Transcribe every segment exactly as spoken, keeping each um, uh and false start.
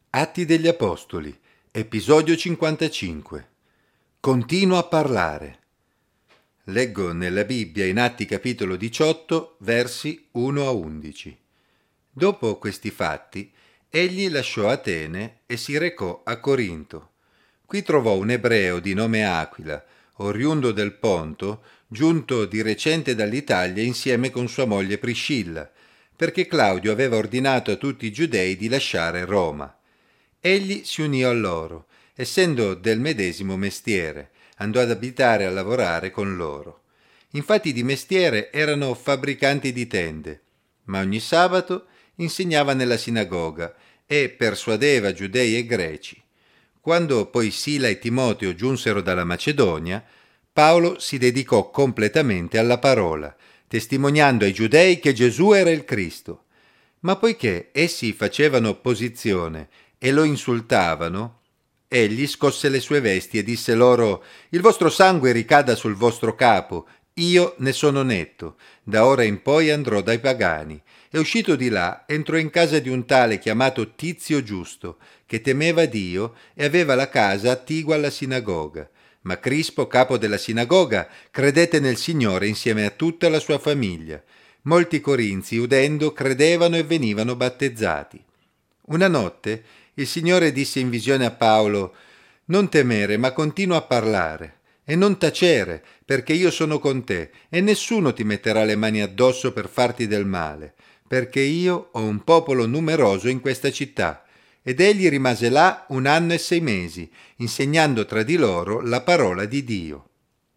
Atti degli Apostoli, episodio cinquantacinque. Continua a parlare. Leggo nella Bibbia in Atti capitolo diciotto, versi uno a undici. Dopo questi fatti, egli lasciò Atene e si recò a Corinto. Qui trovò un ebreo di nome Aquila, oriundo del Ponto, giunto di recente dall'Italia insieme con sua moglie Priscilla, perché Claudio aveva ordinato a tutti i giudei di lasciare Roma. Egli si unì a loro, essendo del medesimo mestiere, andò ad abitare e a lavorare con loro. Infatti di mestiere erano fabbricanti di tende, ma ogni sabato insegnava nella sinagoga e persuadeva giudei e greci. Quando poi Sila e Timoteo giunsero dalla Macedonia, Paolo si dedicò completamente alla parola, testimoniando ai giudei che Gesù era il Cristo. Ma poiché essi facevano opposizione e lo insultavano, egli scosse le sue vesti e disse loro: «Il vostro sangue ricada sul vostro capo, io ne sono netto, da ora in poi andrò dai pagani». E uscito di là, entrò in casa di un tale chiamato Tizio Giusto, che temeva Dio e aveva la casa attigua alla sinagoga. Ma Crispo, capo della sinagoga, credette nel Signore insieme a tutta la sua famiglia. Molti corinzi, udendo, credevano e venivano battezzati. Una notte il Signore disse in visione a Paolo: «Non temere, ma continua a parlare, e non tacere, perché io sono con te, e nessuno ti metterà le mani addosso per farti del male, perché io ho un popolo numeroso in questa città». Ed egli rimase là un anno e sei mesi, insegnando tra di loro la parola di Dio.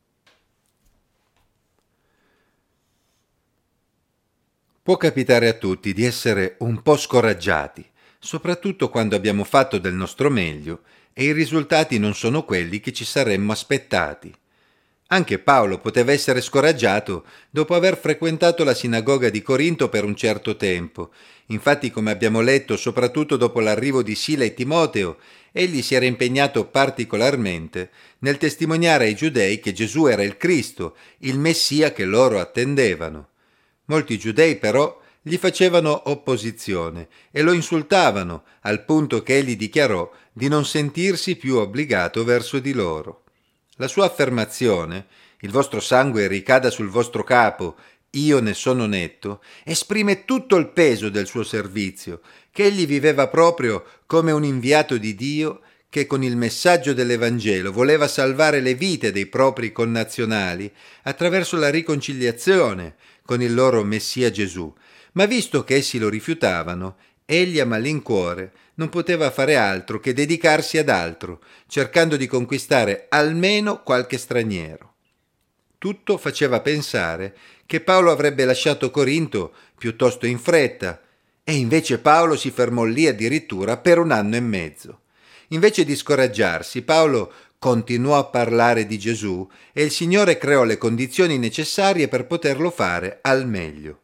Può capitare a tutti di essere un po' scoraggiati, soprattutto quando abbiamo fatto del nostro meglio e i risultati non sono quelli che ci saremmo aspettati. Anche Paolo poteva essere scoraggiato dopo aver frequentato la sinagoga di Corinto per un certo tempo. Infatti, come abbiamo letto, soprattutto dopo l'arrivo di Sila e Timoteo, egli si era impegnato particolarmente nel testimoniare ai giudei che Gesù era il Cristo, il Messia che loro attendevano. Molti giudei però gli facevano opposizione e lo insultavano, al punto che egli dichiarò di non sentirsi più obbligato verso di loro. La sua affermazione, «Il vostro sangue ricada sul vostro capo, io ne sono netto», esprime tutto il peso del suo servizio, che egli viveva proprio come un inviato di Dio che con il messaggio dell'Evangelo voleva salvare le vite dei propri connazionali attraverso la riconciliazione con il loro Messia Gesù. Ma visto che essi lo rifiutavano, egli a malincuore non poteva fare altro che dedicarsi ad altro, cercando di conquistare almeno qualche straniero. Tutto faceva pensare che Paolo avrebbe lasciato Corinto piuttosto in fretta, e invece Paolo si fermò lì addirittura per un anno e mezzo. Invece di scoraggiarsi, Paolo continuò a parlare di Gesù e il Signore creò le condizioni necessarie per poterlo fare al meglio.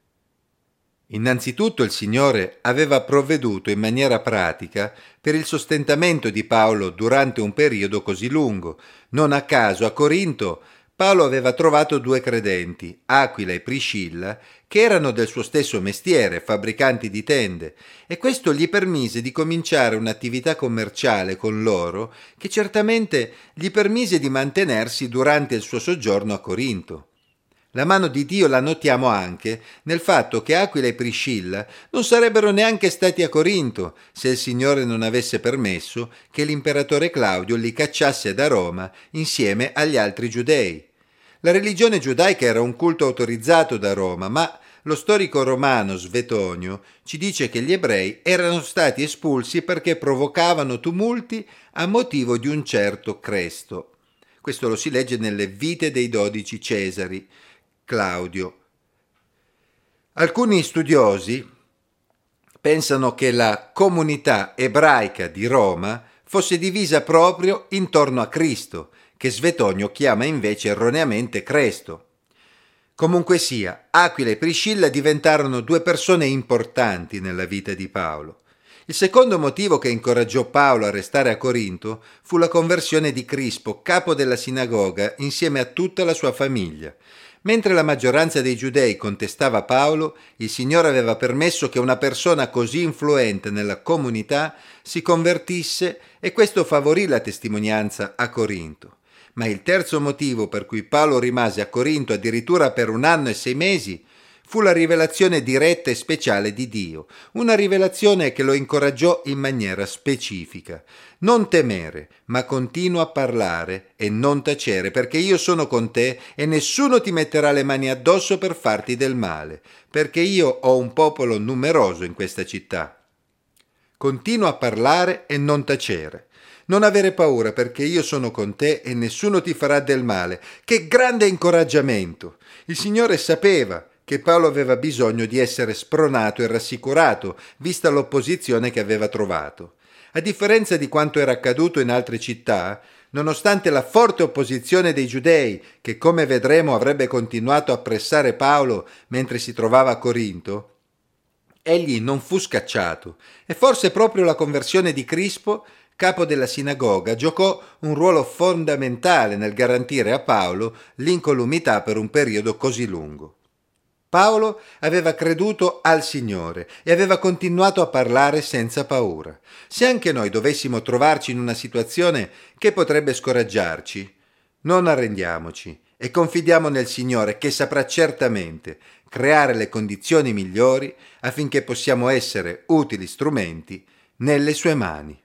Innanzitutto il Signore aveva provveduto in maniera pratica per il sostentamento di Paolo durante un periodo così lungo. Non a caso a Corinto Paolo aveva trovato due credenti, Aquila e Priscilla, che erano del suo stesso mestiere, fabbricanti di tende, e questo gli permise di cominciare un'attività commerciale con loro che certamente gli permise di mantenersi durante il suo soggiorno a Corinto. La mano di Dio la notiamo anche nel fatto che Aquila e Priscilla non sarebbero neanche stati a Corinto se il Signore non avesse permesso che l'imperatore Claudio li cacciasse da Roma insieme agli altri giudei. La religione giudaica era un culto autorizzato da Roma, ma lo storico romano Svetonio ci dice che gli ebrei erano stati espulsi perché provocavano tumulti a motivo di un certo Cresto. Questo lo si legge nelle Vite dei dodici Cesari. Claudio. Alcuni studiosi pensano che la comunità ebraica di Roma fosse divisa proprio intorno a Cristo, che Svetonio chiama invece erroneamente Cresto. Comunque sia, Aquila e Priscilla diventarono due persone importanti nella vita di Paolo. Il secondo motivo che incoraggiò Paolo a restare a Corinto fu la conversione di Crispo, capo della sinagoga, insieme a tutta la sua famiglia. Mentre la maggioranza dei giudei contestava Paolo, il Signore aveva permesso che una persona così influente nella comunità si convertisse e questo favorì la testimonianza a Corinto. Ma il terzo motivo per cui Paolo rimase a Corinto addirittura per un anno e sei mesi fu la rivelazione diretta e speciale di Dio, una rivelazione che lo incoraggiò in maniera specifica. Non temere, ma continua a parlare e non tacere, perché io sono con te e nessuno ti metterà le mani addosso per farti del male, perché io ho un popolo numeroso in questa città. Continua a parlare e non tacere. Non avere paura, perché io sono con te e nessuno ti farà del male. Che grande incoraggiamento! Il Signore sapeva che Paolo aveva bisogno di essere spronato e rassicurato, vista l'opposizione che aveva trovato. A differenza di quanto era accaduto in altre città, nonostante la forte opposizione dei giudei, che come vedremo avrebbe continuato a pressare Paolo mentre si trovava a Corinto, egli non fu scacciato e forse proprio la conversione di Crispo, capo della sinagoga, giocò un ruolo fondamentale nel garantire a Paolo l'incolumità per un periodo così lungo. Paolo aveva creduto al Signore e aveva continuato a parlare senza paura. Se anche noi dovessimo trovarci in una situazione che potrebbe scoraggiarci, non arrendiamoci e confidiamo nel Signore che saprà certamente creare le condizioni migliori affinché possiamo essere utili strumenti nelle sue mani.